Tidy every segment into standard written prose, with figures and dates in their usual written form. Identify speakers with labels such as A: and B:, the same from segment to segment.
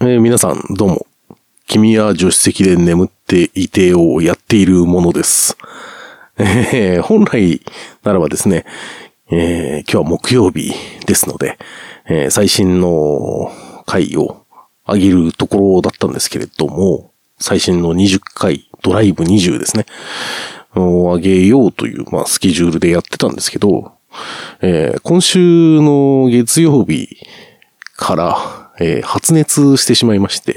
A: 皆さんどうも。君は助手席で眠っていてをやっているものです。本来ならばですね、今日は木曜日ですので、最新の回を上げるところだったんですけれども、最新の20回、ドライブ20ですね、を上げようという、スケジュールでやってたんですけど、今週の月曜日から、発熱してしまいまして、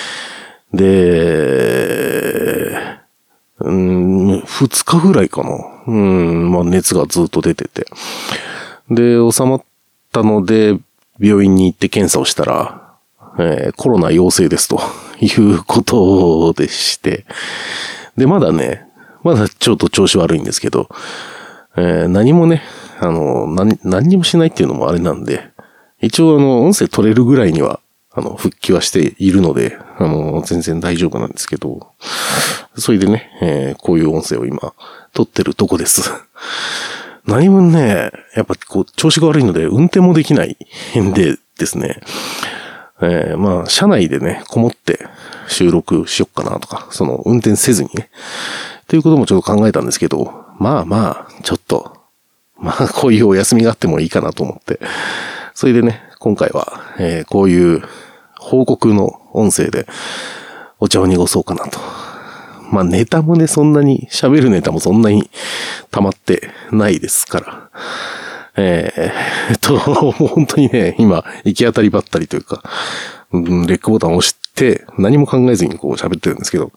A: で、2日ぐらいかな。熱がずっと出てて。で、収まったので、病院に行って検査をしたら、コロナ陽性ですということでして、で、まだちょっと調子悪いんですけど、何もね、何にもしないっていうのもあれなんで、一応音声取れるぐらいには、復帰はしているので、全然大丈夫なんですけど、それでね、こういう音声を今、取ってるとこです。何分ね、やっぱ調子が悪いので、運転もできないんでですね、車内でね、こもって収録しよっかなとか、運転せずにね、っていうこともちょっと考えたんですけど、ちょっと、こういうお休みがあってもいいかなと思って、それでね、今回は、こういう報告の音声でお茶を濁そうかなと。ネタもね、喋るネタもそんなに溜まってないですから。もう本当にね、今、行き当たりばったりというか、レックボタンを押して、何も考えずに喋ってるんですけど。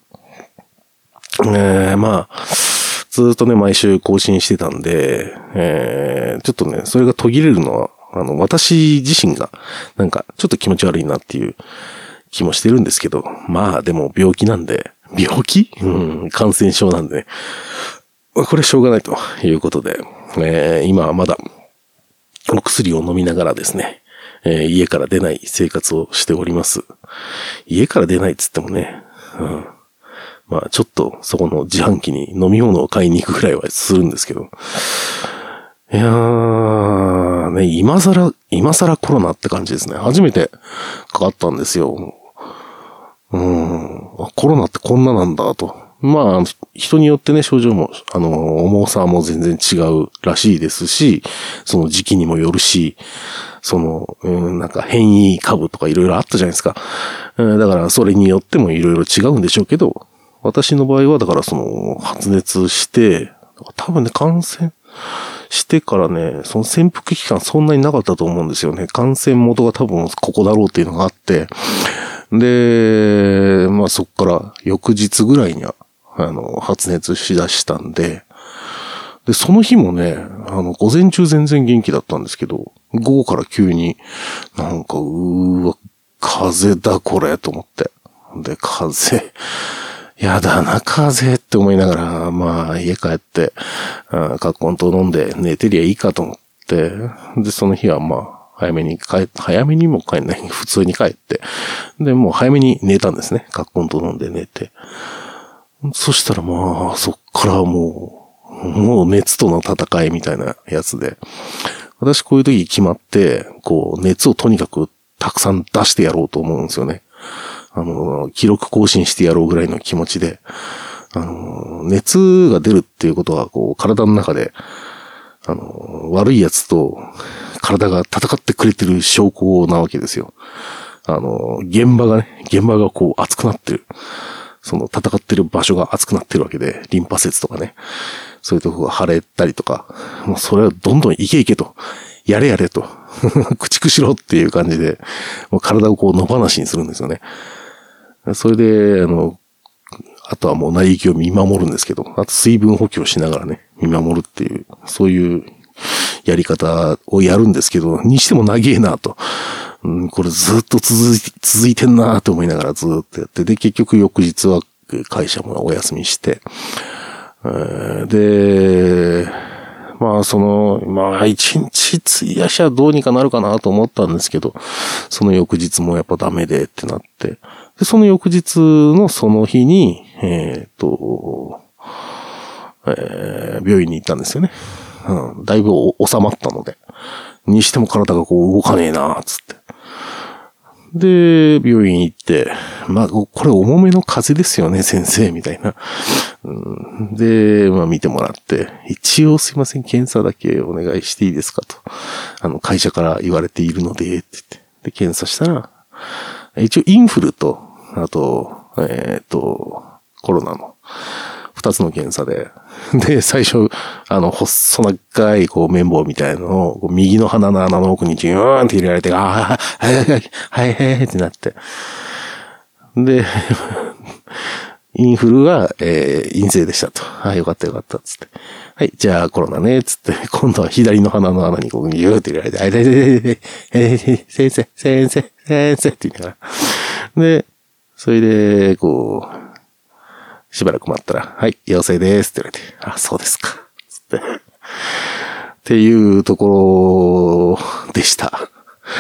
A: ずっとね、毎週更新してたんで、ちょっとね、それが途切れるのは、私自身が、ちょっと気持ち悪いなっていう気もしてるんですけど、でも病気なんで、病気？感染症なんでね。これしょうがないということで、今はまだ、お薬を飲みながらですね、家から出ない生活をしております。家から出ないっつってもね、ちょっとそこの自販機に飲み物を買いに行くぐらいはするんですけど、いやー、ね、今更コロナって感じですね。初めてかかったんですよ。コロナってこんななんだと。人によってね、症状も、重さも全然違うらしいですし、その時期にもよるし、変異株とかいろいろあったじゃないですか。だからそれによってもいろいろ違うんでしょうけど、私の場合はだから発熱して、多分ね、感染してからね、その潜伏期間そんなになかったと思うんですよね。感染元が多分ここだろうっていうのがあって、で、そっから翌日ぐらいには、発熱しだしたんで、で、その日もね、午前中全然元気だったんですけど、午後から急に風邪だこれと思って。で、やだな、風邪って思いながら、家帰って、カッコンと飲んで寝てりゃいいかと思って、で、その日は早めにも帰んない、普通に帰って、で、もう早めに寝たんですね。カッコンと飲んで寝て。そしたらそっからもう熱との戦いみたいなやつで、私こういう時決まって、熱をとにかくたくさん出してやろうと思うんですよね。記録更新してやろうぐらいの気持ちで、熱が出るっていうことは、体の中で、悪いやつと体が戦ってくれてる証拠なわけですよ。現場が熱くなってる。戦ってる場所が熱くなってるわけで、リンパ節とかね。そういうとこが腫れたりとか、もうそれはどんどんいけいけと、やれやれと、駆逐しろっていう感じで、もう体を野放しにするんですよね。それで、あとはもう成り行きを見守るんですけど、あと水分補給をしながらね、見守るっていう、そういうやり方をやるんですけど、にしても長えなと。これずっと続いてんなと思いながらずっとやって、で、結局翌日は会社もお休みして、で、一日費やしはどうにかなるかなと思ったんですけど、その翌日もやっぱダメでってなって、で、その翌日のその日に、病院に行ったんですよね。だいぶ収まったので。にしても体が動かねえなつって。 で、病院行って、まあ、これ重めの風邪ですよね、先生、みたいな。で、まあ見てもらって、一応すいません、検査だけお願いしていいですかと。会社から言われているので、って言って。で、検査したら、一応インフルと、あと、コロナの二つの検査で、で、最初、細長い、綿棒みたいなのを、右の鼻の穴の奥にジューンって入れられて、はい、ってなって。で、インフルは、陰性でしたと。よかった、つって。はい、じゃあコロナね、つって、今度は左の鼻の穴にギューって入れられて、先生って言いながら。で、それで、しばらく待ったら、はい、陽性ですって言われて、そうですか。つって。っていうところでした。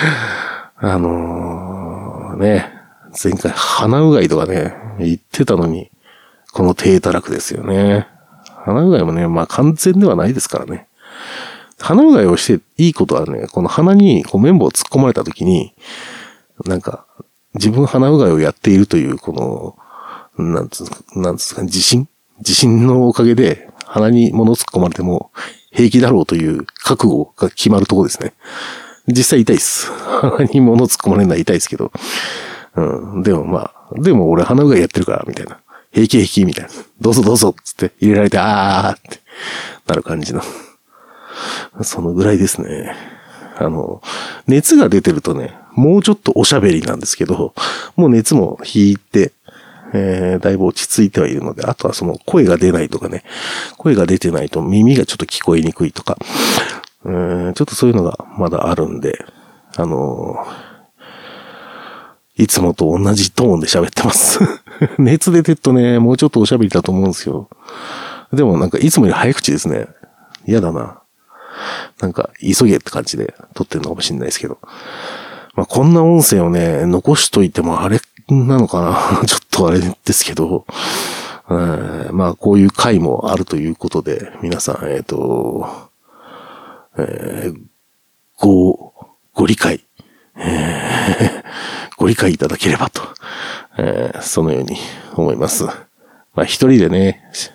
A: 前回鼻うがいとかね、言ってたのに、この低たらくですよね。鼻うがいもね、まあ完全ではないですからね。鼻うがいをしていいことはね、この鼻に綿棒を突っ込まれた時に、自分鼻うがいをやっているという、なんつうか、自信のおかげで、鼻に物を突っ込まれても平気だろうという覚悟が決まるところですね。実際痛いです。鼻に物を突っ込まれるのは痛いですけど。でも俺鼻うがいやってるから、みたいな。平気、みたいな。どうぞ、つって入れられて、ってなる感じの。そのぐらいですね。熱が出てるとね、もうちょっとおしゃべりなんですけど、もう熱も引いて、だいぶ落ち着いてはいるので、あとは声が出ないとかね、声が出てないと耳がちょっと聞こえにくいとか、ちょっとそういうのがまだあるんで、いつもと同じトーンで喋ってます。熱出てるとね、もうちょっとおしゃべりだと思うんですよ。でもいつもより早口ですね。嫌だな。急げって感じで撮ってるのかもしれないですけど。まあ、こんな音声をね、残しといてもあれなのかなちょっとあれですけど。まあ、こういう回もあるということで、皆さん、ご理解、ご理解いただければと、そのように思います。まあ一人でね、ち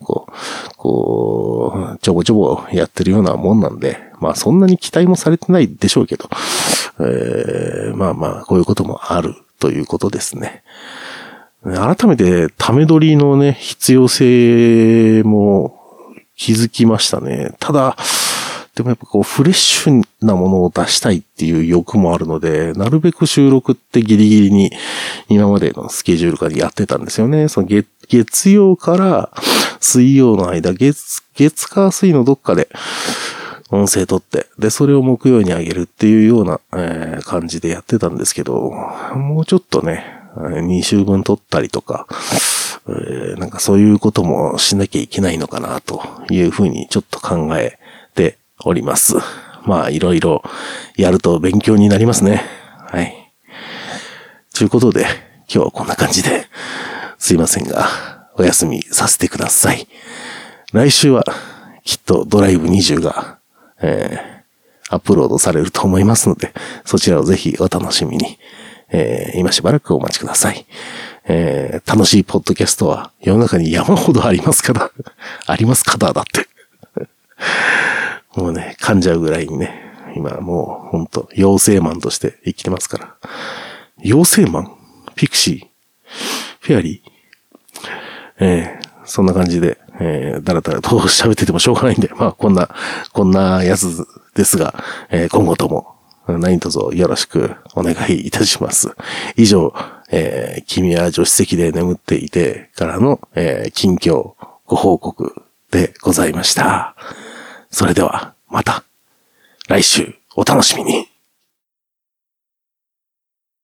A: ょぼちょぼやってるようなもんなんで、まあそんなに期待もされてないでしょうけど、まあこういうこともあるということですね。改めてため撮りのね、必要性も気づきましたね。ただ、でもやっぱフレッシュなものを出したいっていう欲もあるので、なるべく収録ってギリギリに今までのスケジュールからやってたんですよね。月曜から水曜の間、月火水のどっかで音声取って、で、それを木曜に上げるっていうような、感じでやってたんですけど、もうちょっとね、2週分取ったりとか、そういうこともしなきゃいけないのかなというふうにちょっと考えております。まあいろいろやると勉強になりますね。はい。ということで今日はこんな感じですいませんがお休みさせてください。来週はきっとドライブ20が、アップロードされると思いますので、そちらをぜひお楽しみに、今しばらくお待ちください。楽しいポッドキャストは世の中に山ほどありますから、ありますからだって。もうね、噛んじゃうぐらいにね、今もうほんと妖精マンとして生きてますから。妖精マン？ピクシー？フェアリー？そんな感じで、だらだらと喋っててもしょうがないんで、まあこんなやつですが、今後とも何卒よろしくお願いいたします。以上、君は助手席で眠っていてからの、近況ご報告でございました。それではまた来週お楽しみに。